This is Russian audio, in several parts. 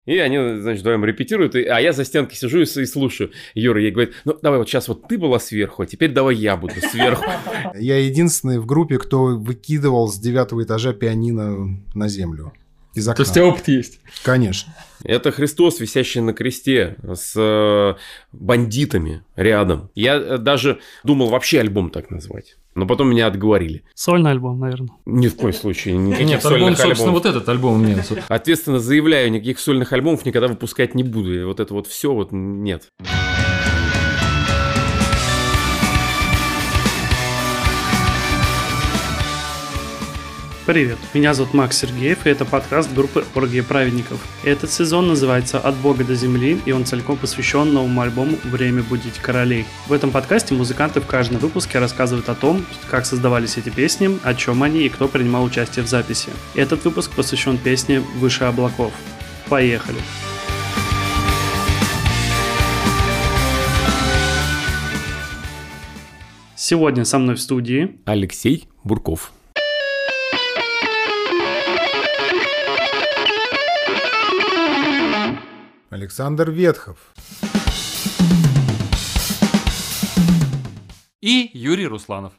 И они, значит, вдвоем репетируют, а я за стенкой сижу и слушаю. Юра ей говорит, ну, давай вот сейчас вот ты была сверху, а теперь давай я буду сверху. Я единственный в группе, кто выкидывал с 9-го этажа пианино на землю. Из окна. То есть у тебя опыт есть? Конечно. Это Христос, висящий на кресте с бандитами рядом. Я даже думал вообще альбом так назвать. Но потом меня отговорили. Сольный альбом, наверное. Ни в коем случае. Никаких Нет, сольных альбом, собственно, альбомов. вот этот альбом нет. Ответственно заявляю, никаких сольных альбомов никогда выпускать не буду. И вот это вот все вот нет. Привет, меня зовут Макс Сергеев, и это подкаст группы «Оргия праведников». Этот сезон называется «От Бога до земли», и он целиком посвящен новому альбому «Время будить королей». В этом подкасте музыканты в каждом выпуске рассказывают о том, как создавались эти песни, о чем они и кто принимал участие в записи. Этот выпуск посвящен песне «Выше облаков». Поехали! Сегодня со мной в студии Алексей Бурков. Александр Ветхов. И Юрий Русланов.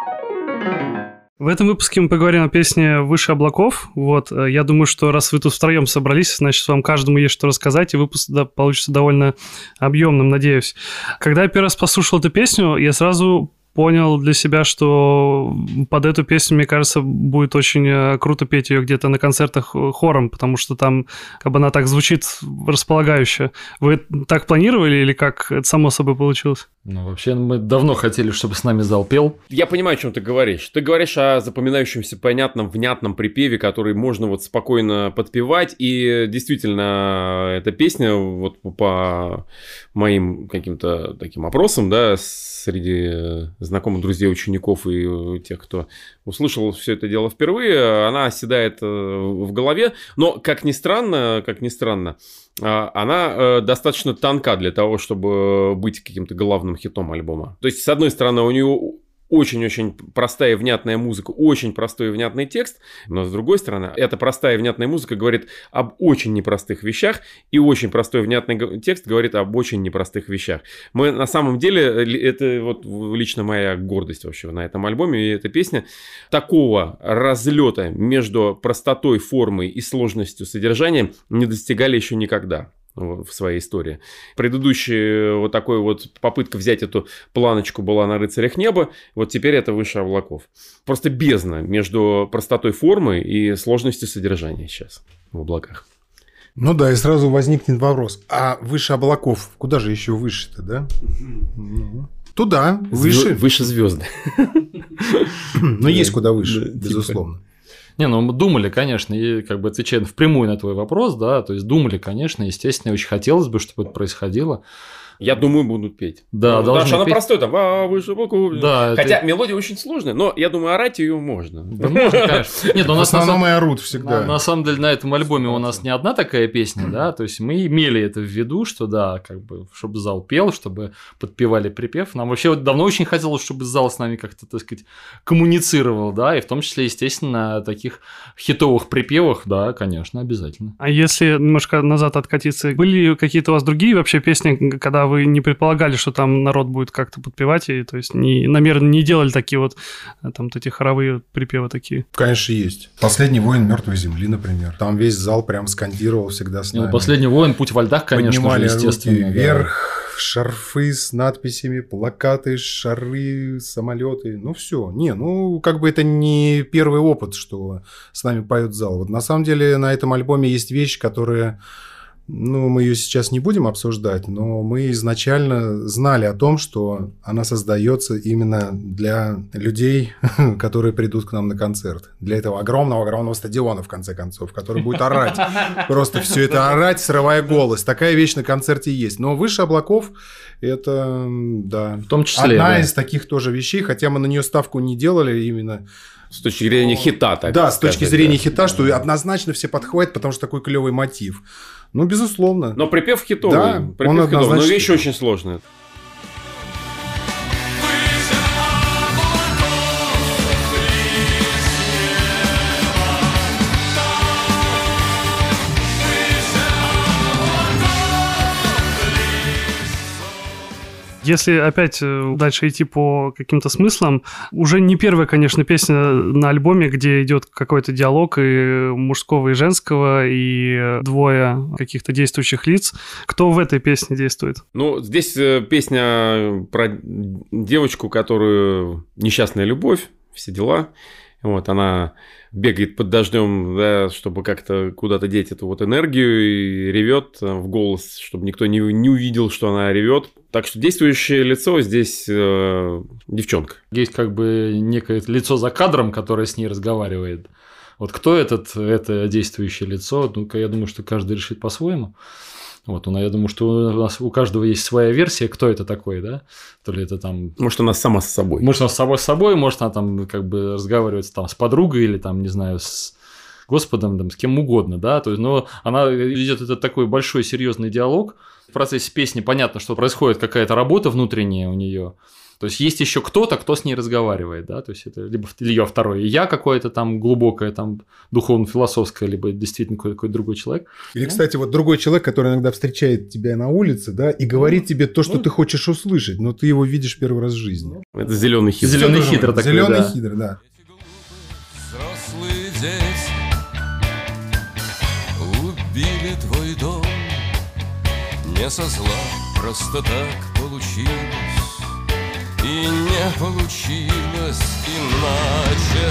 В этом выпуске мы поговорим о песне «Выше облаков». Вот, я думаю, что раз вы тут втроем собрались, значит, вам каждому есть что рассказать, и выпуск получится довольно объемным, надеюсь. Когда я первый раз послушал эту песню, я сразу понял для себя, что под эту песню, мне кажется, будет очень круто петь ее где-то на концертах хором, потому что там как бы она так звучит располагающе. Вы так планировали или как это само собой получилось? Ну, вообще, мы давно хотели, чтобы с нами зал пел. Я понимаю, о чем ты говоришь. Ты говоришь о запоминающемся, понятном, внятном припеве, который можно вот спокойно подпевать. И действительно, эта песня, вот по моим каким-то таким опросам, да, среди знакомых, друзей, учеников и тех, кто услышал все это дело впервые, она оседает в голове. Но, как ни странно, она достаточно тонка для того, чтобы быть каким-то главным хитом альбома. То есть, с одной стороны, у нее очень-очень простая и внятная музыка, очень простой и внятный текст, но с другой стороны, эта простая и внятная музыка говорит об очень непростых вещах, и очень простой и внятный текст говорит об очень непростых вещах. Мы на самом деле, это вот лично моя гордость вообще на этом альбоме, и эта песня, такого разлета между простотой формы и сложностью содержания не достигали еще никогда в своей истории. Предыдущая вот такой вот попытка взять эту планочку была на «Рыцарях неба», вот теперь это «Выше облаков». Просто бездна между простотой формы и сложностью содержания сейчас в облаках. Ну да, и сразу возникнет вопрос, а «Выше облаков» куда же еще выше-то, да? Туда, выше. Выше звезды. Но есть куда выше, безусловно. Не, ну мы думали, конечно, и как бы отвечая впрямую на твой вопрос, да, то есть думали, конечно, естественно, очень хотелось бы, чтобы это происходило. Я думаю, будут петь. Да, потому что она петь. простой, там, выше облаков. Да, хотя мелодия очень сложная, но я думаю, орать ее можно. Да, можно, конечно. Нет, у нас в основном и орут всегда. На самом деле на этом альбоме у нас не одна такая песня, да, то есть мы имели это в виду, что да, как бы, чтобы зал пел, чтобы подпевали припев. Нам вообще вот давно очень хотелось, чтобы зал с нами как-то, так сказать, коммуницировал, да, и в том числе, естественно, таких хитовых припевах, да, конечно, обязательно. А если немножко назад откатиться, были какие-то у вас другие вообще песни, когда вы не предполагали, что там народ будет как-то подпевать, и то есть намеренно не делали такие вот там эти хоровые припевы такие? Конечно, есть. «Последний воин мертвой земли», например. Там весь зал прям скандировал всегда с нами. «Последний воин», «Путь во льдах», конечно поднимали же, естественно. руки вверх, да. Шарфы с надписями, плакаты, шары, самолеты. Ну все. Как бы это не первый опыт, что с нами поет зал. Вот на самом деле на этом альбоме есть вещи, которые... мы ее сейчас не будем обсуждать, но мы изначально знали о том, что она создается именно для людей, которые придут к нам на концерт. Для этого огромного стадиона, в конце концов, который будет орать. Просто все это орать, срывая голос. Такая вещь на концерте есть. Но «Выше облаков» — это, да, в том числе, одна из таких тоже вещей, хотя мы на нее ставку не делали именно... С точки зрения хита, так да, с точки зрения хита, что однозначно все подхватят, потому что такой клевый мотив. Безусловно. Но припев хитовый. Да, припев хитовый, но вещь очень сложная. Если опять дальше идти по каким-то смыслам, уже не первая, конечно, песня на альбоме, где идет какой-то диалог и мужского, и женского, и двое каких-то действующих лиц. Кто в этой песне действует? Ну, здесь песня про девочку, которую несчастная любовь, все дела. Вот, она бегает под дождем, да, чтобы как-то куда-то деть эту вот энергию, и ревет в голос, чтобы никто не увидел, что она ревет. Так что действующее лицо здесь девчонка. Есть как бы некое лицо за кадром, которое с ней разговаривает. Вот кто это действующее лицо? Ну-ка, я думаю, что каждый решит по-своему. Вот, я думаю, что у нас у каждого есть своя версия, кто это такой, да? То ли это там... Может, она сама с собой. Может, она сама с собой, может, она там как бы разговаривает там с подругой или там, не знаю, с Господом, там, с кем угодно, да? То есть, но она ведет этот такой большой серьезный диалог. В процессе песни понятно, что происходит какая-то работа внутренняя у нее. То есть есть еще кто-то, кто с ней разговаривает, да, то есть это либо ее второе я какое-то там глубокое, там духовно-философское, либо действительно какой-то другой человек. Или, кстати, вот другой человек, который иногда встречает тебя на улице, да, и говорит тебе то, что ты хочешь услышать, но ты его видишь первый раз в жизни. Это зеленый хитр. Зеленый хитр такой, Зеленый да. хитр, да. Взрослые дети убили твой дом. Не со зла, просто так получилось. И не получилось иначе.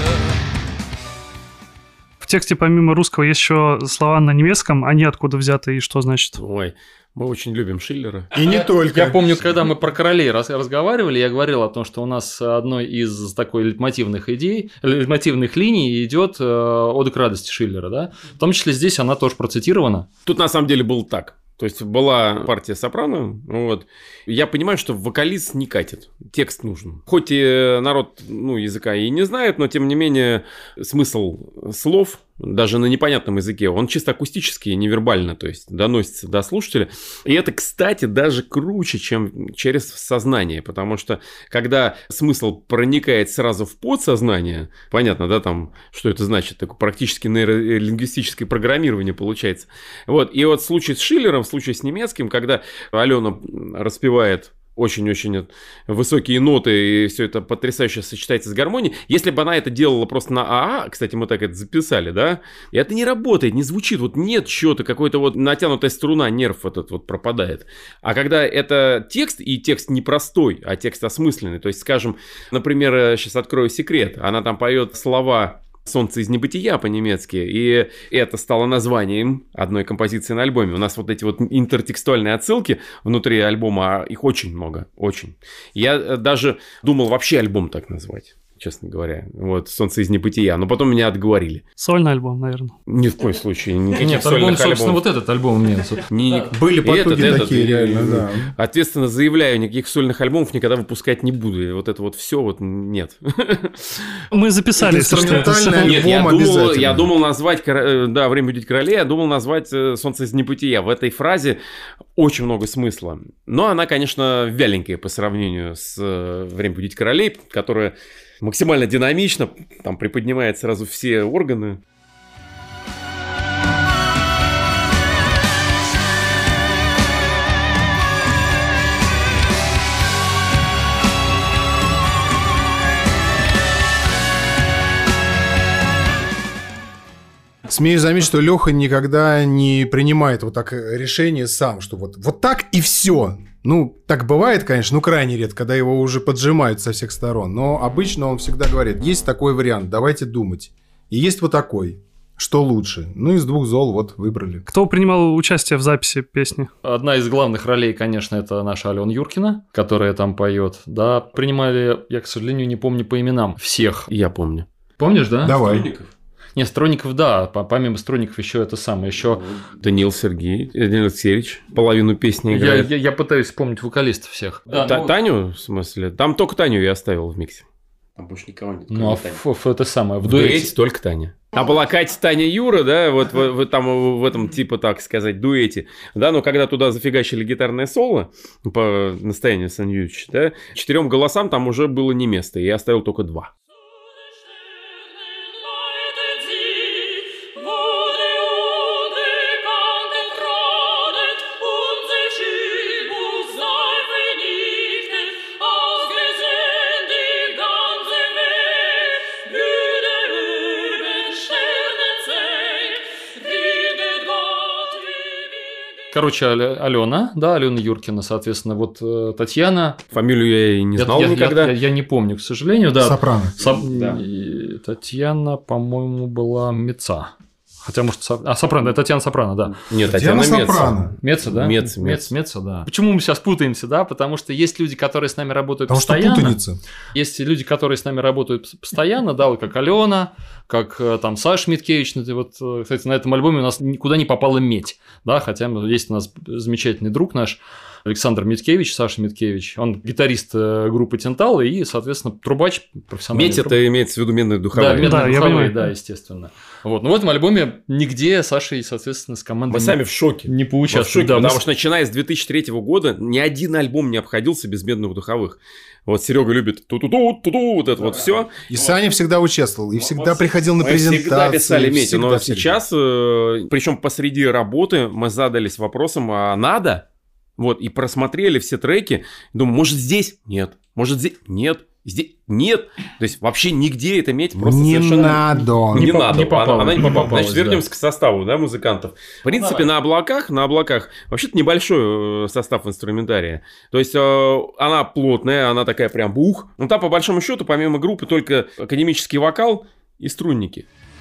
В тексте помимо русского есть еще слова на немецком. Они откуда взяты и что значит? Ой, мы очень любим Шиллера. И не только. Я помню, когда мы про королей разговаривали, я говорил о том, что у нас одной из такой лейтмотивных идей, лейтмотивных линий идет «Ода к радости» Шиллера, да? В том числе здесь она тоже процитирована. Тут на самом деле было так. То есть была партия сопрано, вот. Я понимаю, что вокалист не катит, текст нужен. Хоть и народ языка и не знает, но тем не менее смысл слов, даже на непонятном языке, он чисто акустический, невербально, то есть доносится до слушателя. И это, кстати, даже круче, чем через сознание, потому что когда смысл проникает сразу в подсознание, понятно, да, там, что это значит, такое практически нейролингвистическое программирование получается. Вот. И вот в случае с Шиллером, в случае с немецким, когда Алена распевает очень-очень высокие ноты, и все это потрясающе сочетается с гармонией. Если бы она это делала просто на АА, кстати, мы так это записали, да, и это не работает, не звучит, вот нет чего-то, какой-то вот натянутая струна, нерв этот вот пропадает. А когда это текст, и текст не простой, а текст осмысленный, то есть, скажем, например, сейчас открою секрет, она там поет слова «Солнце из небытия» по-немецки, и это стало названием одной композиции на альбоме. У нас вот эти вот интертекстуальные отсылки внутри альбома, их очень много, очень. Я даже думал вообще альбом так назвать, честно говоря. Вот «Солнце из небытия», но потом меня отговорили. Сольный альбом, наверное. Ни в коем случае. Никаких Нет, сольных альбом, собственно, альбомов. вот этот альбом нет. Были потуги такие, реально, да. Ответственно заявляю, никаких сольных альбомов никогда выпускать не буду. И вот это вот все вот нет. Мы записали, если что. Инструментальный Нет, альбом обязательно. я думал назвать, да, «Время будить королей», я думал назвать «Солнце из небытия». В этой фразе очень много смысла. Но она, конечно, вяленькая по сравнению с «Время будить королей», которая максимально динамично, там приподнимает сразу все органы. Смею заметить, что Леха никогда не принимает вот так решение сам, что вот так и все. Ну, так бывает, конечно, крайне редко, когда его уже поджимают со всех сторон. Но обычно он всегда говорит, есть такой вариант, давайте думать. И есть вот такой. Что лучше? Ну, из двух зол вот выбрали. Кто принимал участие в записи песни? Одна из главных ролей, конечно, это наша Алена Юркина, которая там поет. Да, принимали, я, к сожалению, не помню по именам всех. Я помню. Помнишь, да? Давай. Нет, Струнников, да. Помимо Струнников еще это самое. Еще Даниил Алексеевич половину песни играет. Я пытаюсь вспомнить вокалистов всех. Да, Таню, в смысле? Там только Таню я оставил в миксе. Там больше никого нет. Ну, это самое, в дуэте только Таня. А была Катя, Таня, Юра, да, вот там в этом, типа, так сказать, дуэте, да, но когда туда зафигачили гитарное соло по настоянию Сан Юрьевича, да, 4 голосам там уже было не место, и я оставил только 2. Короче, Алена, да, Алена Юркина, соответственно, вот Татьяна. Фамилию я и не знал никогда. Я не помню, к сожалению, да. Сопрано. Да. Татьяна, по-моему, была Меца. Хотя, может, Сопрано, это Татьяна Сопрано, да. Нет, Татьяна Сопрано. Меца, да? Меца, да. Почему мы сейчас путаемся, да? Потому что есть люди, которые с нами работают Потому постоянно. что путаница. Есть люди, которые с нами работают постоянно, да, вот как Алена, как там Саша Миткевич. Вот, кстати, на этом альбоме у нас никуда не попала медь, да, хотя есть у нас замечательный друг наш, Александр Миткевич, Саша Миткевич, он гитарист группы Тентал и, соответственно, трубач профессиональный. Медь это имеется в виду медные духовые. Да, медные я духовые, понимаю. да, естественно. Вот. Но в этом альбоме нигде Саша и, соответственно, с командой Мы сами в шоке. не Мы в поучаствовали. шоке, Да, потому что начиная с 2003 года ни один альбом не обходился без медных духовых. Вот Серега любит ту-ту-ту, вот это вот все. И Саня всегда участвовал, и всегда приходил на Мы презентации. всегда писали медь, всегда но всегда. сейчас, причем посреди работы, мы задались вопросом, а надо? Вот, и просмотрели все треки. Думаю, может здесь? Нет. Может здесь? Нет. Здесь? Нет. То есть вообще нигде эта медь просто Не совершенно... надо. Не надо, не попала, она не не попала. попалась, Значит, вернемся к составу, да, музыкантов. В принципе, на облаках вообще-то небольшой состав инструментария. То есть, она плотная, она такая прям бух. Но там, по большому счету, помимо группы, только академический вокал и струнники.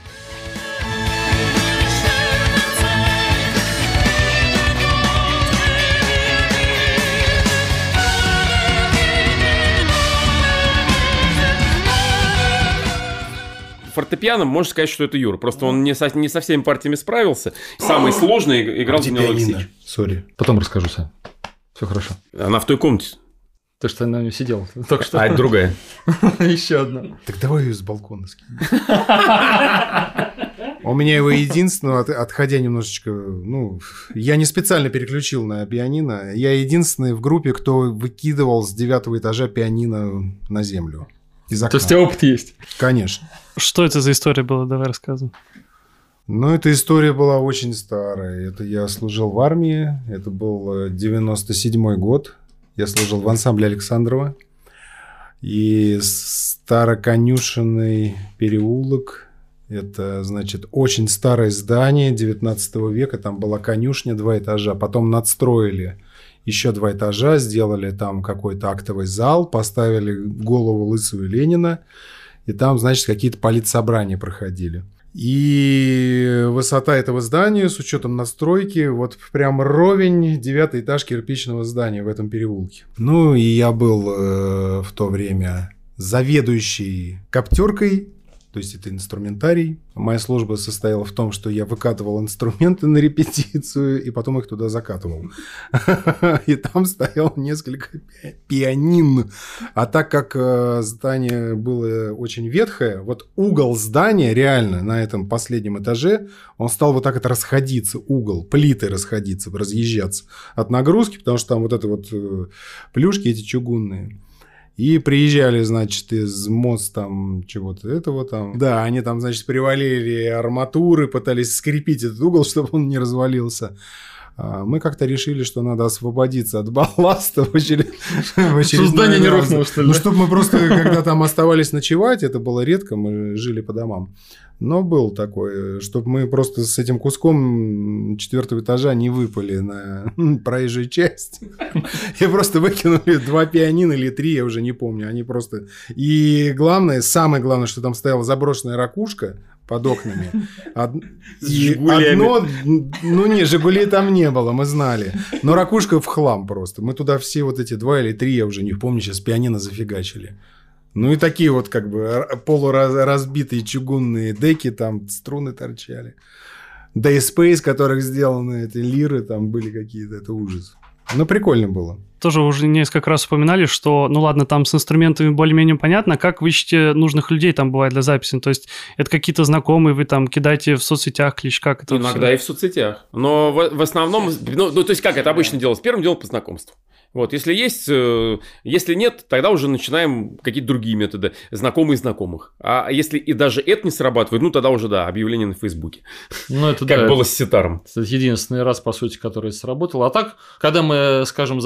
Фортепиано, можно сказать, что это Юра. Просто он не со всеми партиями справился. Самый сложный играл Данил Алексеевич. Сори. Потом расскажу, Сань. Все хорошо. Она в той комнате. Ты что на ней сидел только что. А это другая. Еще одна. Так давай ее с балкона скинем. У меня его единственного, отходя немножечко, я не специально переключил на пианино, я единственный в группе, кто выкидывал с 9-го этажа пианино на землю. Из окна. То есть у тебя опыт есть? Конечно. Что это за история была? Давай рассказывай. Эта история была очень старая. Это я служил в армии, это был 97-й год. Я служил в ансамбле Александрова. И Староконюшенный переулок. Это, значит, очень старое здание 19 века. Там была конюшня, 2 этажа. Потом надстроили еще 2 этажа, сделали там какой-то актовый зал, поставили голову Лысого Ленина. И там, значит, какие-то политсобрания проходили. И высота этого здания, с учетом настройки, вот прям ровень 9-й этаж кирпичного здания в этом переулке. И я был в то время заведующий коптеркой, то есть это инструментарий. Моя служба состояла в том, что я выкатывал инструменты на репетицию и потом их туда закатывал. И там стояло несколько пианин. А так как здание было очень ветхое, вот угол здания реально на этом последнем этаже, он стал вот так расходиться, угол, плиты расходиться, разъезжаться от нагрузки, потому что там вот это вот плюшки эти чугунные. И приезжали, значит, из моста там чего-то этого там. Да, они там, значит, привалили арматуры, пытались скрепить этот угол, чтобы он не развалился. Мы как-то решили, что надо освободиться от балласта в очередной Здание не рухнуло, что ли? чтобы мы просто, когда там оставались ночевать, это было редко, мы жили по домам. Но был такой, чтобы мы просто с этим куском 4-го этажа не выпали на проезжую часть. И просто выкинули 2 пианино или 3, я уже не помню. Они просто... И главное, самое главное, что там стояла заброшенная ракушка под окнами. И одно... «Жигулей» там не было, мы знали. Но ракушка в хлам просто. Мы туда все вот эти 2 или 3, я уже не помню, сейчас пианино зафигачили. И такие вот как бы полуразбитые чугунные деки, там струны торчали. DSP, из которых сделаны эти лиры, там были какие-то, это ужас. Прикольно было. Тоже уже несколько раз упоминали, что, ладно, там с инструментами более-менее понятно, как вы ищете нужных людей там бывает для записи? То есть это какие-то знакомые, вы там кидаете в соцсетях клич, как это? Иногда и в соцсетях. Но в основном, то есть как это обычно делалось? Первым делом по знакомству. Вот, если есть, если нет, тогда уже начинаем какие-то другие методы, знакомые знакомых. А если и даже это не срабатывает, тогда уже, да, объявление на Фейсбуке. Это как было с ситаром. Это единственный раз, по сути, который сработал. А так, когда мы, скажем, записывали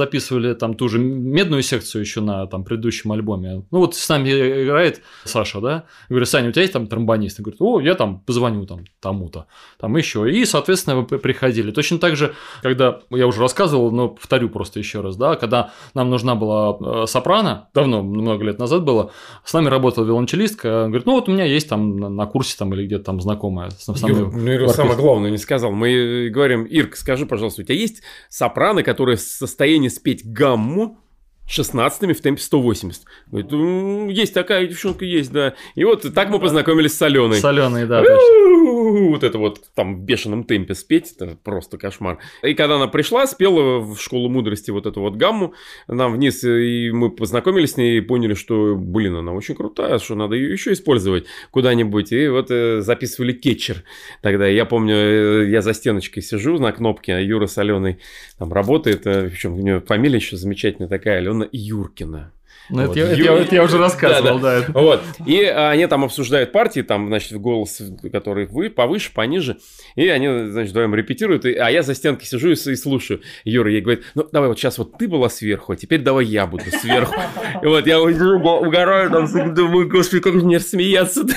делали там ту же медную секцию еще на там предыдущем альбоме. Ну вот с нами играет Саша, да? Я говорю: Саня, у тебя есть там тромбонист? Он говорит: о, я там позвоню там тому-то, там еще. И, соответственно, вы приходили. Точно так же, когда я уже рассказывал, но повторю просто еще раз, да, когда нам нужна была сопрано, давно, много лет назад было, с нами работала виолончелистка, говорит: ну вот у меня есть там на курсе там или где-то там знакомая. Юр, самое главное не сказал. Мы говорим: Ирк, скажи, пожалуйста, у тебя есть сопрано, которое в состоянии спеть гамму 16-ми в темпе 180. Говорит: есть такая девчонка, есть, да. И вот так мы познакомились с Аленой. С Аленой, да, точно. Вот это вот там в бешеном темпе спеть, это просто кошмар. И когда она пришла, спела в школу мудрости вот эту вот гамму нам вниз, и мы познакомились с ней и поняли, что, блин, она очень крутая, что надо ее еще использовать куда-нибудь. И вот записывали кетчер. Тогда я помню, я за стеночкой сижу на кнопке, а Юра с Аленой там работает, причем у нее фамилия еще замечательная такая, Алена Юркина. Ну, вот. это я уже рассказывал, да. Вот. И они там обсуждают партии, там, значит, голос, который повыше, пониже. И они, значит, вдвоем репетируют. А я за стенкой сижу и слушаю. Юра ей говорит: ну, давай вот сейчас вот ты была сверху, а теперь давай я буду сверху. И вот я угораю, там, думаю: господи, как мне смеяться-то.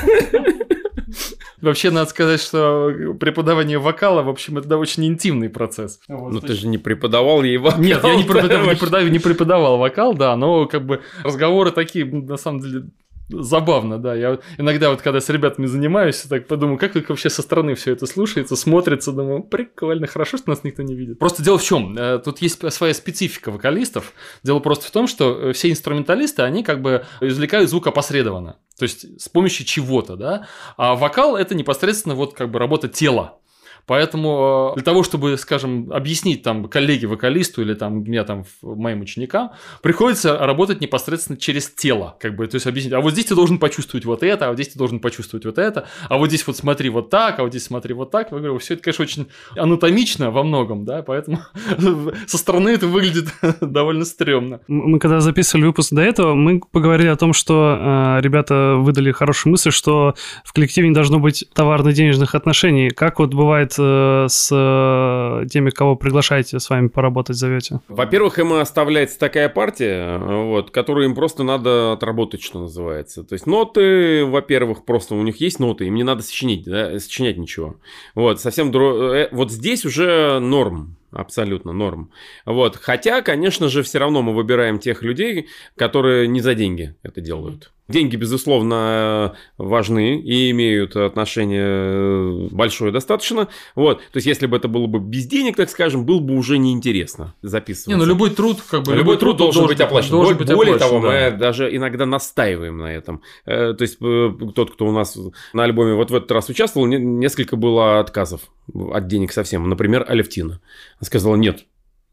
Вообще, надо сказать, что преподавание вокала, в общем, это очень интимный процесс. Ну, ты же не преподавал ей вокал. Нет, я не преподавал вокал, да, но как бы разговоры такие, на самом деле, забавно, да. Я иногда вот, когда с ребятами занимаюсь, так подумаю, как вообще со стороны все это слушается, смотрится, думаю: прикольно, хорошо, что нас никто не видит. Просто дело в чем? Тут есть своя специфика вокалистов. Дело просто в том, что все инструменталисты, они как бы извлекают звук опосредованно, то есть с помощью чего-то, да. А вокал – это непосредственно вот как бы работа тела. Поэтому для того, чтобы, скажем, объяснить там коллеге-вокалисту или там мне там моим ученикам, приходится работать непосредственно через тело, как бы, то есть объяснить: а вот здесь ты должен почувствовать вот это, а вот здесь ты должен почувствовать вот это, а вот здесь вот смотри вот так, а вот здесь смотри вот так. Я говорю, все это, конечно, очень анатомично во многом, да, поэтому со стороны это выглядит довольно стрёмно. Мы когда записывали выпуск до этого, мы поговорили о том, что ребята выдали хорошую мысль, что в коллективе не должно быть товарно-денежных отношений. Как вот бывает с теми, кого приглашаете с вами поработать, зовете? Во-первых, им оставляется такая партия, вот, которую им просто надо отработать, что называется. То есть ноты, во-первых, просто у них есть ноты, им не надо сочинить, да, сочинять ничего. Вот, совсем вот здесь уже норм. Абсолютно норм. Вот. Хотя, конечно же, все равно мы выбираем тех людей, которые не за деньги это делают. Деньги, безусловно, важны и имеют отношение большое достаточно. Вот. То есть, если бы это было бы без денег, так скажем, было бы уже неинтересно записываться. Не, ну любой труд, как бы, любой труд должен быть оплачен. Более того, да. Мы даже иногда настаиваем на этом. То есть, тот, кто у нас на альбоме вот в этот раз участвовал, несколько было отказов от денег совсем. Например, Алевтина. Она сказала: нет,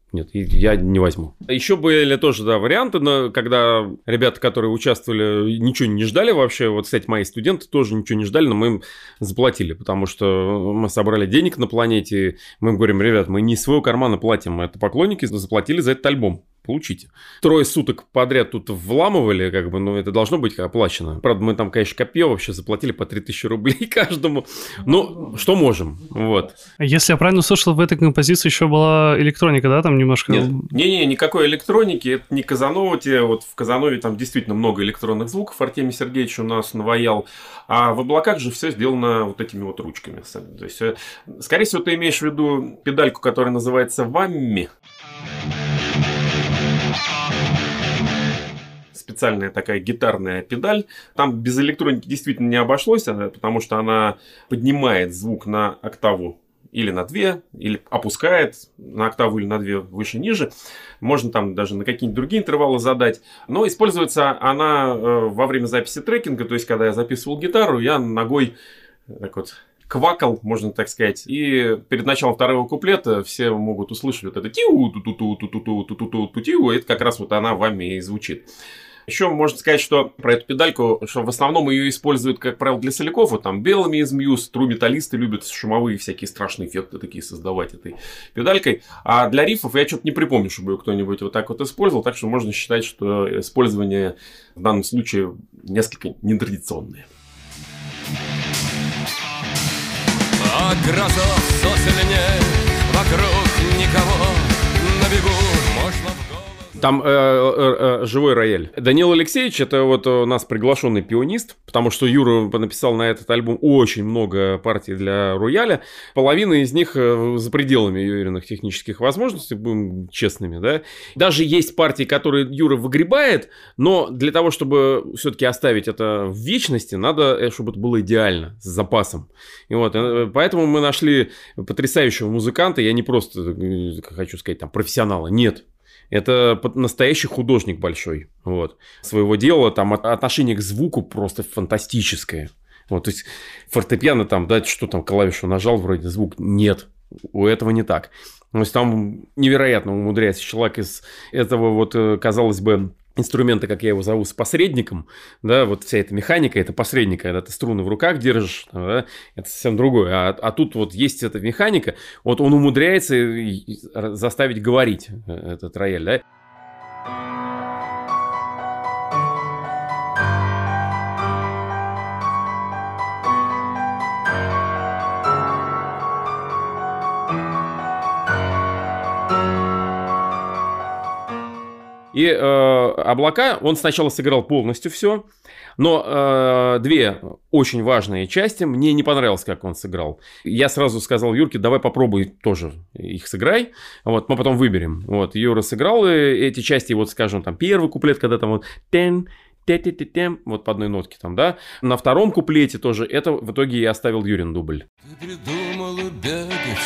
я не возьму. Еще были тоже, да, варианты, но когда ребята, которые участвовали, ничего не ждали вообще, вот, кстати, мои студенты тоже ничего не ждали, но мы им заплатили, потому что мы собрали денег на планете, мы им говорим: ребят, мы не из своего кармана платим, это поклонники заплатили за этот альбом. Получите. 3 суток подряд тут вламывали, как бы, но это должно быть оплачено. Правда, мы там, конечно, копье вообще заплатили по 3000 рублей каждому. Ну, что можем, вот. Если я правильно услышал, в этой композиции еще была электроника, да, там немножко? Нет, никакой электроники, это не Казанова. Вот в Казанове там действительно много электронных звуков, Артемий Сергеевич у нас наваял, а в облаках же все сделано вот этими вот ручками. То есть, скорее всего, ты имеешь в виду педальку, которая называется вамми. Специальная такая гитарная педаль. Там без электроники действительно не обошлось, потому что она поднимает звук на октаву или на 2, или опускает на октаву или на 2 выше-ниже. Можно там даже на какие-нибудь другие интервалы задать. Но используется она во время записи трекинга. То есть, когда я записывал гитару, я ногой так вот квакал, можно так сказать. И перед началом второго куплета все могут услышать вот это тиу-ту-ту-ту-ту-ту-ту-ту-ту. Это как раз вот она вами и звучит. Еще можно сказать, что про эту педальку, что в основном ее используют, как правило, для соляков. Вот там Белыми из Мьюз, тру-металлисты любят шумовые всякие страшные эффекты такие создавать этой педалькой. А для рифов я что-то не припомню, чтобы ее кто-нибудь вот так вот использовал. Так что можно считать, что использование в данном случае несколько нетрадиционное. А гроза все сильнее, вокруг никого, на бегу можно в голос. Там живой рояль. Данил Алексеевич — это вот у нас приглашенный пианист, потому что Юра написал на этот альбом очень много партий для рояля. Половина из них за пределами Юриных технических возможностей, будем честными, да. Даже есть партии, которые Юра выгребает, но для того, чтобы все-таки оставить это в вечности, надо, чтобы это было идеально, с запасом. И вот, поэтому мы нашли потрясающего музыканта. Я не просто, хочу сказать, там, профессионала, нет. Это настоящий художник большой, вот, своего дела, там отношение к звуку просто фантастическое. Вот, то есть фортепиано там, да, что там, клавишу нажал, вроде звук, нет, у этого не так. То есть там невероятно умудряется человек из этого вот, казалось бы, инструмента, как я его зову, с посредником, да, вот вся эта механика, это посредник, когда ты струны в руках держишь, да, это совсем другое, а тут вот есть эта механика, вот он умудряется заставить говорить этот рояль, да. И «Облака» он сначала сыграл полностью все, но две очень важные части мне не понравилось, как он сыграл. Я сразу сказал Юрке, давай попробуй тоже их сыграй, вот, мы потом выберем. Вот, Юра сыграл эти части, вот, скажем, там первый куплет, когда там вот вот по одной нотке там, да. На втором куплете тоже, это в итоге я оставил Юрин дубль. Ты придумала бегать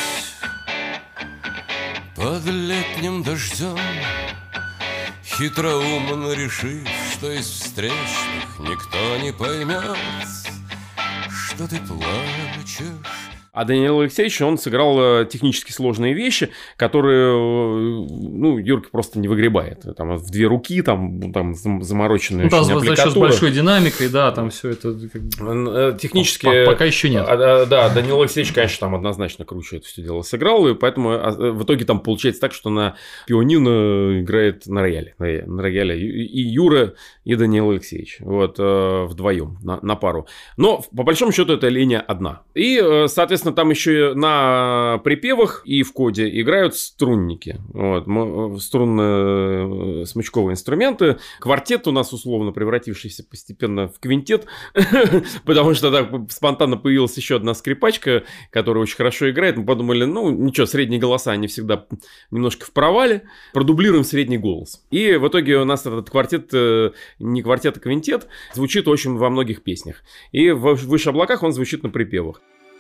под летним дождем, хитроумно решив, что из встречных никто не поймет, что ты плачешь. А Даниил Алексеевич, он сыграл технически сложные вещи, которые, ну, Юрка просто не выгребает. Там в две руки, там замороченная очень аппликатура. За счет большой динамикой, да, там все это... Технически... Пока еще нет. Да, Даниил Алексеевич, конечно, там однозначно круче это все дело сыграл, и поэтому в итоге там получается так, что на пианино играет на рояле и Юра, и Даниил Алексеевич. Вот, вдвоем, на пару. Но, по большому счету, это линия одна. И, соответственно, там еще на припевах и в коде играют струнники. Вот, струнно-смычковые инструменты. Квартет у нас условно превратившийся постепенно в квинтет, потому что так спонтанно появилась еще одна скрипачка, которая очень хорошо играет. Мы подумали, ну ничего, средние голоса, они всегда немножко в провале. Продублируем средний голос. И в итоге у нас этот квартет, не квартет, а квинтет, звучит очень во многих песнях. И в «Выше облаках» он звучит на припевах.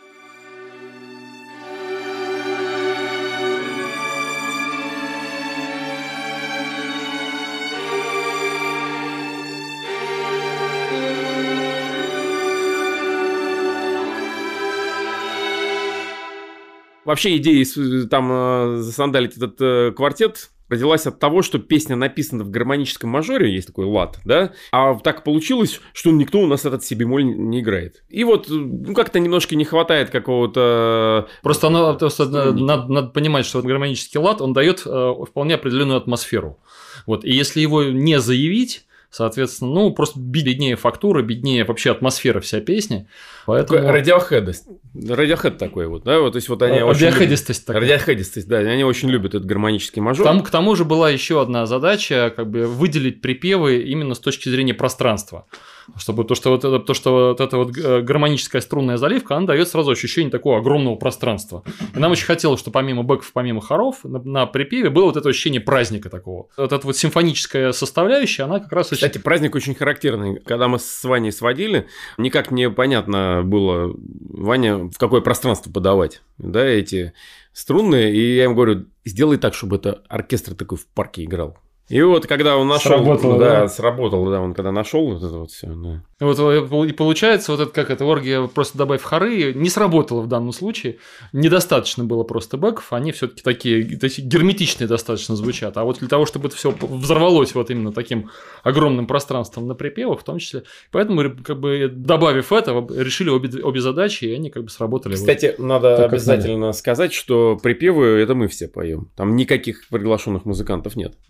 Вообще идея там засандалить этот квартет родилась от того, что песня написана в гармоническом мажоре, есть такой лад, да, а так получилось, что никто у нас этот си бемоль не играет. И вот, ну, как-то немножко не хватает какого-то... Просто надо понимать, что гармонический лад, он дает вполне определенную атмосферу. Вот, и если его не заявить, соответственно, ну, просто беднее фактура, беднее вообще атмосфера вся песни. Поэтому... Радиохэд такой вот, да, вот, то есть вот они очень... Радиохэдистость такая. Радиохэдистость, да, они очень любят этот гармонический мажор. К тому же была еще одна задача, как бы выделить припевы именно с точки зрения пространства. Чтобы то, что вот эта вот гармоническая струнная заливка, она дает сразу ощущение такого огромного пространства. И нам очень хотелось, что помимо бэков, помимо хоров, на припеве было вот это ощущение праздника такого. Вот эта вот симфоническая составляющая, она как раз... Кстати, праздник очень характерный. Когда мы с Ваней сводили, никак не понятно было, Ваня, в какое пространство подавать, да, эти струнные. И я ему говорю, сделай так, чтобы это оркестр такой в парке играл. И вот когда он нашел, сработало, да, он когда нашел вот это вот все. Да. Вот и получается, вот это как это оргия, просто добавь хоры, не сработало в данном случае. Недостаточно было просто бэков, они все-таки такие герметичные достаточно звучат. А вот для того, чтобы это все взорвалось вот именно таким огромным пространством на припевах, в том числе. Поэтому, как бы добавив это, решили обе задачи, и они как бы сработали. Кстати, вот надо так, обязательно сказать, что припевы это мы все поем. Там никаких приглашенных музыкантов нет. Вот.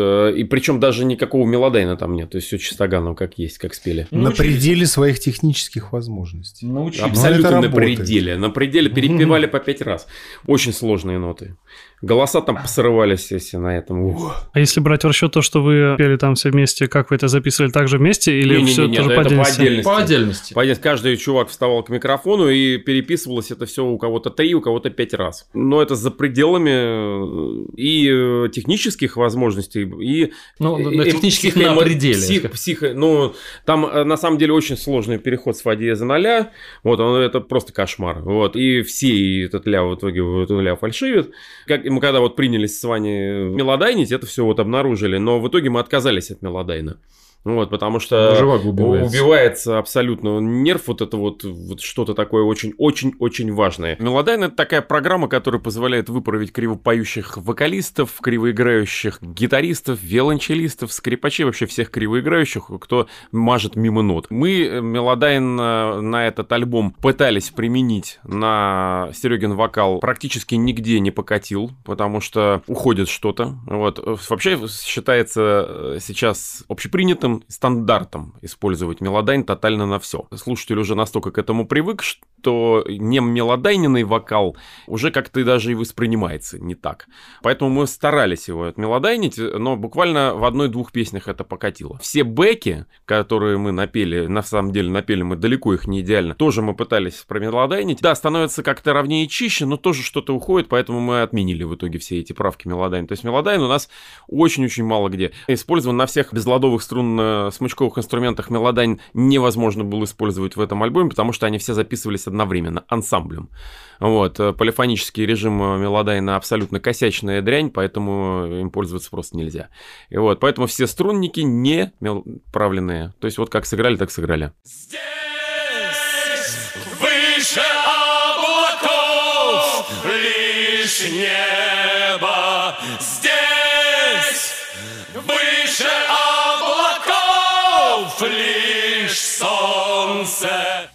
И причем даже никакого мелодайна там нет. То есть все чистоганово, как есть, как спели. На пределе своих технических возможностей. Абсолютно на пределе. На пределе перепевали по 5 раз. Очень сложные ноты. Голоса там посрывались, если на этом. А если брать в расчет то, что вы пели там все вместе, как вы это записывали также вместе или все тоже по отдельности? По отдельности. Каждый чувак вставал к микрофону и переписывалось это все у кого-то 3, у кого-то 5 раз. Но это за пределами и технических возможностей, и... технических на пределе. Там на самом деле очень сложный переход с фа диеза на ля. Вот, это просто кошмар. Вот, и все этот ля в итоге ля фальшивит. Мы когда вот принялись с Ваней мелодайнить, это все вот обнаружили, но в итоге мы отказались от мелодайна. Вот, потому что убивается абсолютно нерв, вот это вот что-то такое очень-очень-очень важное. Мелодайн — это такая программа, которая позволяет выправить кривопоющих вокалистов, кривоиграющих гитаристов, виолончелистов, скрипачей, вообще всех кривоиграющих, кто мажет мимо нот. Мы мелодайн на этот альбом пытались применить на Серегин вокал, практически нигде не покатил, потому что уходит что-то. Вот. Вообще считается сейчас общепринятым стандартом использовать мелодайн тотально на все. Слушатель уже настолько к этому привык, что не мелодайненный вокал уже как-то даже и воспринимается не так. Поэтому мы старались его отмелодайнить, но буквально в 1-2 песнях это покатило. Все бэки, которые мы напели, на самом деле напели мы далеко их не идеально, тоже мы пытались промелодайнить. Да, становится как-то ровнее и чище, но тоже что-то уходит, поэтому мы отменили в итоге все эти правки мелодайн. То есть мелодайн у нас очень-очень мало где использован на всех безладовых струн смычковых инструментах. Мелодайн невозможно было использовать в этом альбоме, потому что они все записывались одновременно, ансамблем. Вот. Полифонический режим мелодайна абсолютно косячная дрянь, поэтому им пользоваться просто нельзя. И вот, поэтому все струнники не правленные. То есть вот как сыграли, так сыграли. Здесь выше облаков лишь небо. Здесь выше облаков лишь солнце.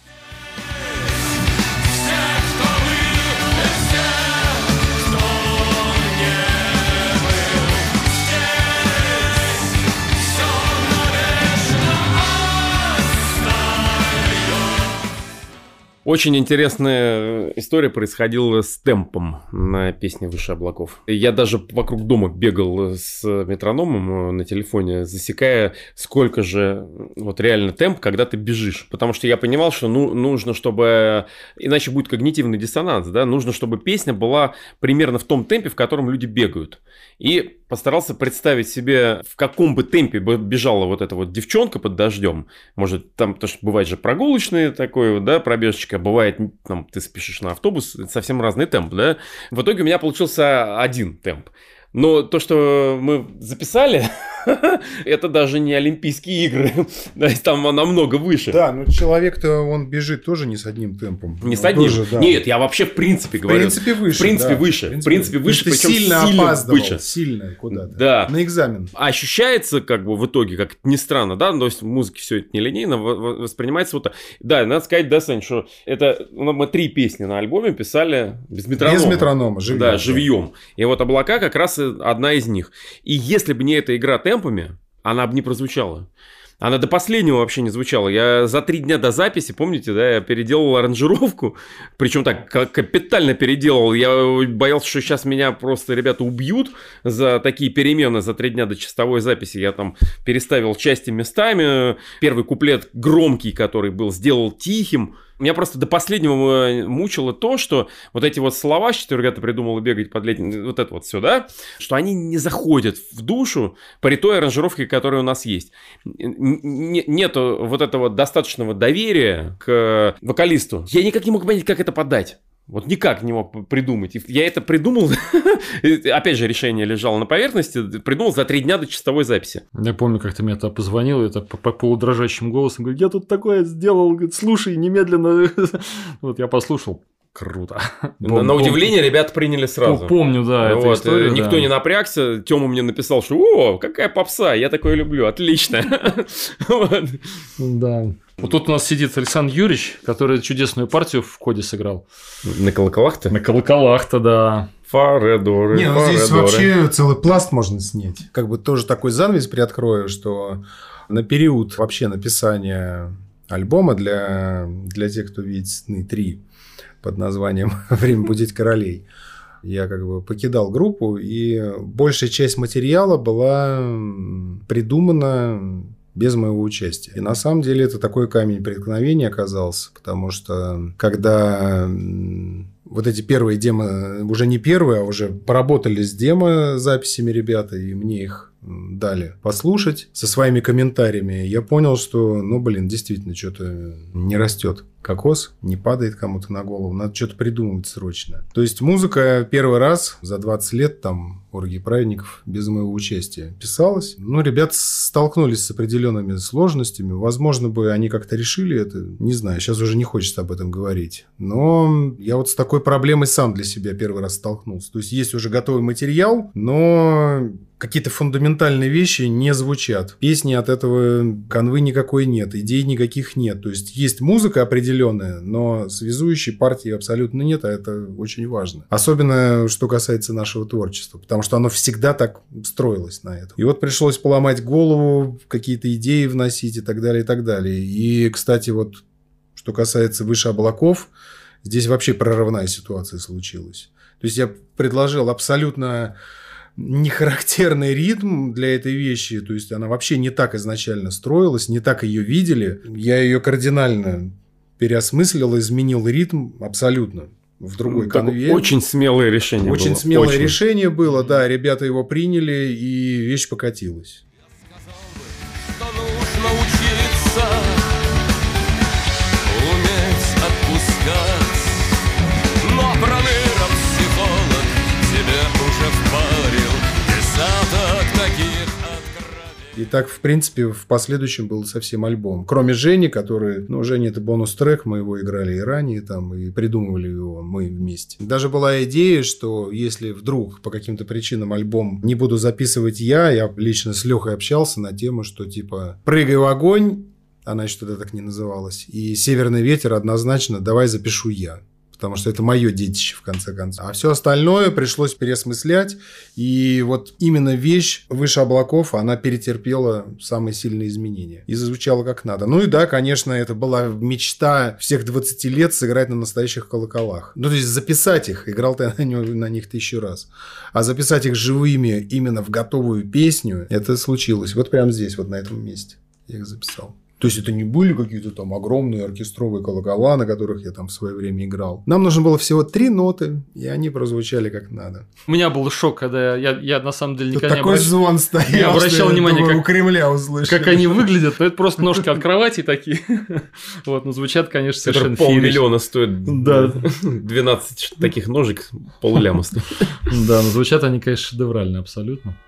Очень интересная история происходила с темпом на песне «Выше облаков». Я даже вокруг дома бегал с метрономом на телефоне, засекая, сколько же вот реально темп, когда ты бежишь. Потому что я понимал, что нужно, чтобы... Иначе будет когнитивный диссонанс, да? Нужно, чтобы песня была примерно в том темпе, в котором люди бегают. И постарался представить себе, в каком бы темпе бы бежала вот эта вот девчонка под дождем. Может, там, потому что бывает же прогулочные такой вот, да, пробежечка, бывает, там, ты спешишь на автобус, это совсем разный темп, да. В итоге у меня получился один темп. Но то, что мы записали, это даже не Олимпийские игры. То есть там намного выше. Да, но человек-то он бежит тоже не с одним темпом. Не с одним. Тоже, да. Нет, я вообще в принципе говорю. В принципе выше. В принципе выше. В принципе выше, причем сильно опаздывал. Сильно куда-то. Да. На экзамен. Ощущается как бы в итоге, как ни странно, да, то есть в музыке все это нелинейно, воспринимается вот так. Да, надо сказать, да, Сань, что это мы 3 песни на альбоме писали без метронома. Без метронома, живьем. Да, живьем. И вот «Облака» как раз одна из них. И если бы не эта игра темпами, она бы не прозвучала. Она до последнего вообще не звучала. Я за 3 дня до записи, помните, да, я переделал аранжировку. Причем так капитально переделал. Я боялся, что сейчас меня просто ребята убьют за такие перемены за 3 дня до чистовой записи. Я там переставил части местами. Первый куплет громкий, который был, сделал тихим. Меня просто до последнего мучило то, что вот эти вот слова, что ребята придумали бегать под летним, вот это вот все, да, что они не заходят в душу при той аранжировке, которая у нас есть. Нету вот этого достаточного доверия к вокалисту. Я никак не мог понять, как это подать. Вот никак не мог придумать. И я это придумал, опять же, решение лежало на поверхности, придумал за 3 дня до чистовой записи. Я помню, как ты мне это позвонил, и это по полудрожащим голосом, говорит, я тут такое сделал, говорит, слушай, немедленно. Вот я послушал. Круто. На удивление ребята приняли сразу. Помню, да, эту историю. Никто не напрягся. Тёма мне написал, что «О, какая попса, я такое люблю, отлично». Да. Вот тут у нас сидит Александр Юрьевич, который чудесную партию в коде сыграл. На колоколах-то? На колоколах-то, да. Фаредоры, Не, ну здесь вообще целый пласт можно снять. Как бы тоже такой занавес приоткрою, что на период вообще написания альбома для тех, кто видит «Сны 3» под названием «Время будить королей», я как бы покидал группу, и большая часть материала была придумана без моего участия. И на самом деле это такой камень преткновения оказался, потому что когда вот эти первые демо, уже не первые, а уже поработали с демо-записями ребята, и мне их дали послушать со своими комментариями, я понял, что, действительно, что-то не растет кокос, не падает кому-то на голову, надо что-то придумывать срочно. То есть музыка первый раз за 20 лет, там, «Оргии праведников» без моего участия писалась. Ребята столкнулись с определенными сложностями, возможно бы они как-то решили это, не знаю, сейчас уже не хочется об этом говорить, но я вот с такой проблемой сам для себя первый раз столкнулся. То есть есть уже готовый материал, но какие-то фундаментальные вещи не звучат. Песни от этого канвы никакой нет, идей никаких нет. То есть есть музыка определенная, но связующей партии абсолютно нет, а это очень важно. Особенно, что касается нашего творчества, потому что оно всегда так строилось на этом. И вот пришлось поломать голову, какие-то идеи вносить и так далее, и так далее. И, кстати, вот что касается «Выше облаков», здесь вообще прорывная ситуация случилась. То есть я предложил абсолютно нехарактерный ритм для этой вещи, то есть она вообще не так изначально строилась, не так ее видели. Я ее кардинально переосмыслил, изменил ритм абсолютно в другой канве. Очень смелое решение Очень было. смелое решение было, да, ребята его приняли, и вещь покатилась. И так, в принципе, в последующем был совсем альбом. Кроме Жени, который... Женя – это бонус-трек, мы его играли и ранее, там, и придумывали его мы вместе. Даже была идея, что если вдруг по каким-то причинам альбом не буду записывать я лично с Лехой общался на тему, что типа «Прыгай в огонь», она еще тогда так не называлась, и «Северный ветер» однозначно «Давай запишу я». Потому что это мое детище, в конце концов. А все остальное пришлось переосмыслять. И вот именно вещь «Выше облаков», она перетерпела самые сильные изменения. И зазвучала как надо. И да, конечно, это была мечта всех 20 лет сыграть на настоящих колоколах. То есть записать их. Играл-то я на них 1000 раз. А записать их живыми именно в готовую песню, это случилось. Вот прямо здесь, вот на этом месте я их записал. То есть это не были какие-то там огромные оркестровые колокола, на которых я там в свое время играл. Нам нужно было всего 3 ноты, и они прозвучали как надо. У меня был шок, когда я на самом деле никогда такой звон стоял, не обращал внимания, как у Кремля услышал. Как они выглядят, но это просто ножки от кровати такие. Вот, но звучат, конечно, совершенно феерично. 500 000 стоит. Да. 12 таких ножек, полляма стоит. Да, но звучат они, конечно, шедеврально абсолютно.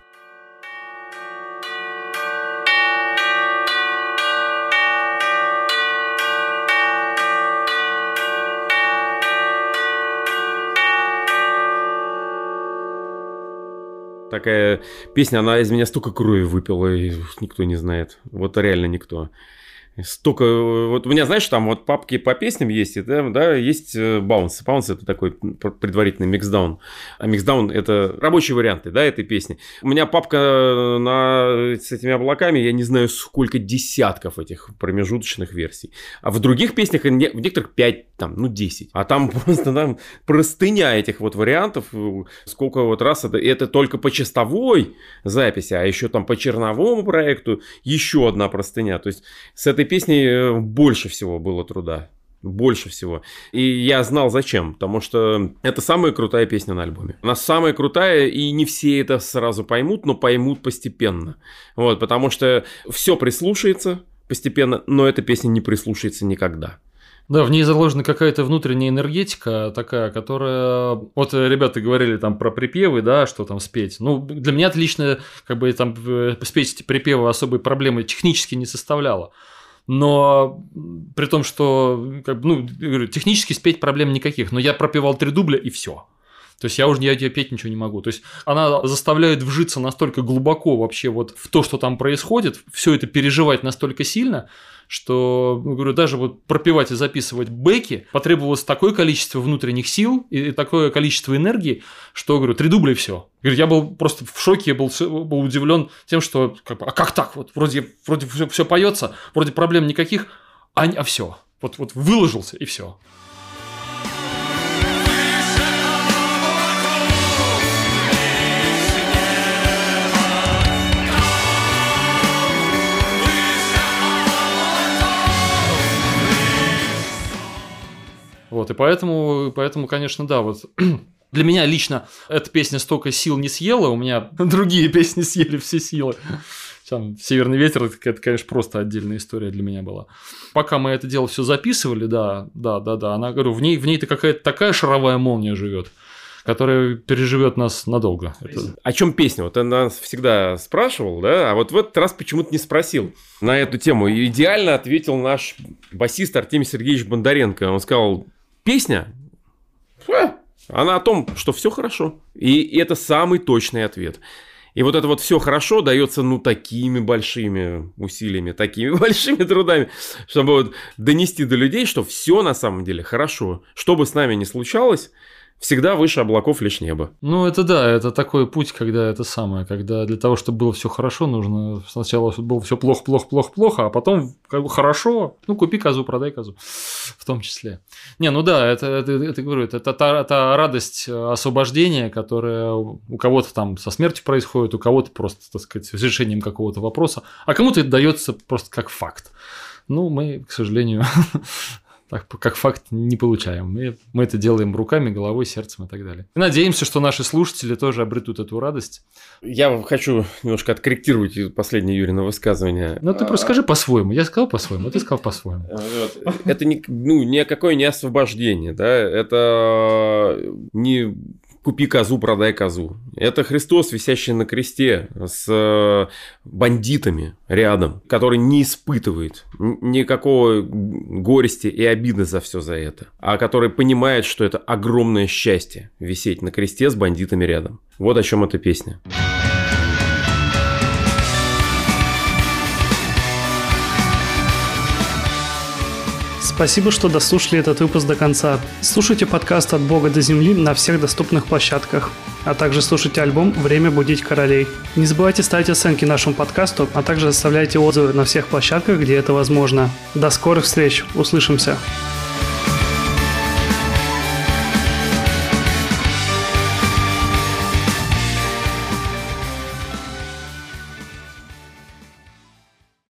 Такая песня, она из меня столько крови выпила, и никто не знает. Вот реально никто. Столько... Вот у меня, знаешь, там вот папки по песням есть, да, есть баунс. Баунс – это такой предварительный миксдаун. А миксдаун – это рабочие варианты, да, этой песни. У меня папка с этими облаками, я не знаю, сколько десятков этих промежуточных версий. А в других песнях, в некоторых 5, там, 10. А там просто там простыня этих вот вариантов. Сколько вот раз это только по чистовой записи, а еще там по черновому проекту еще одна простыня. То есть с этой песней больше всего было труда. Больше всего. И я знал зачем. Потому что это самая крутая песня на альбоме. Она самая крутая, и не все это сразу поймут, но поймут постепенно. Вот, потому что все прислушается постепенно, но эта песня не прислушается никогда. Да, в ней заложена какая-то внутренняя энергетика такая, которая... Вот ребята говорили там про припевы, да, что там спеть. Для меня отлично, как бы там спеть эти припевы особой проблемы технически не составляло. Но при том, что, технически спеть проблем никаких. Но я пропевал 3 дубля и все. То есть я петь ничего не могу. То есть она заставляет вжиться настолько глубоко вообще вот в то, что там происходит, все это переживать настолько сильно, что, говорю, даже вот пропевать и записывать бэки потребовалось такое количество внутренних сил и такое количество энергии, что, говорю, 3 дубля и все. Я был просто в шоке, я был удивлен тем, что а как так? Вот вроде все поется, вроде проблем никаких, а все. Вот выложился и все. Вот, и поэтому, конечно, да, вот для меня лично эта песня столько сил не съела, у меня другие песни съели все силы. Там «Северный ветер» – это, конечно, просто отдельная история для меня была. Пока мы это дело все записывали, да, она, говорю, в ней-то какая-то такая шаровая молния живет, которая переживет нас надолго. О чем песня? Вот он нас всегда спрашивал, да, а вот в этот раз почему-то не спросил на эту тему. И идеально ответил наш басист Артемий Сергеевич Бондаренко. Он сказал: песня, она о том, что все хорошо. И это самый точный ответ. И вот это вот все хорошо дается, такими большими усилиями, такими большими трудами, чтобы вот донести до людей, что все на самом деле хорошо. Что бы с нами ни случалось, всегда выше облаков лишь небо. Ну, это да, это такой путь, когда для того, чтобы было все хорошо, нужно сначала было все плохо, а потом хорошо, купи козу, продай козу, в том числе. Это говорю, это та радость освобождения, которая у кого-то там со смертью происходит, у кого-то просто, так сказать, с решением какого-то вопроса, а кому-то это дается просто как факт. Мы, к сожалению... Так, как факт не получаем. Мы это делаем руками, головой, сердцем и так далее. И надеемся, что наши слушатели тоже обретут эту радость. Я хочу немножко откорректировать последнее Юрина высказывание. Ты просто скажи по-своему. Я сказал по-своему, а ты сказал по-своему. Это никакое не освобождение, да? Это не... Купи козу, продай козу. Это Христос, висящий на кресте с бандитами рядом, который не испытывает никакого горести и обиды за все за это, а который понимает, что это огромное счастье висеть на кресте с бандитами рядом. Вот о чем эта песня. Спасибо, что дослушали этот выпуск до конца. Слушайте подкаст «От Бога до земли» на всех доступных площадках, а также слушайте альбом «Время будить королей». Не забывайте ставить оценки нашему подкасту, а также оставляйте отзывы на всех площадках, где это возможно. До скорых встреч, услышимся!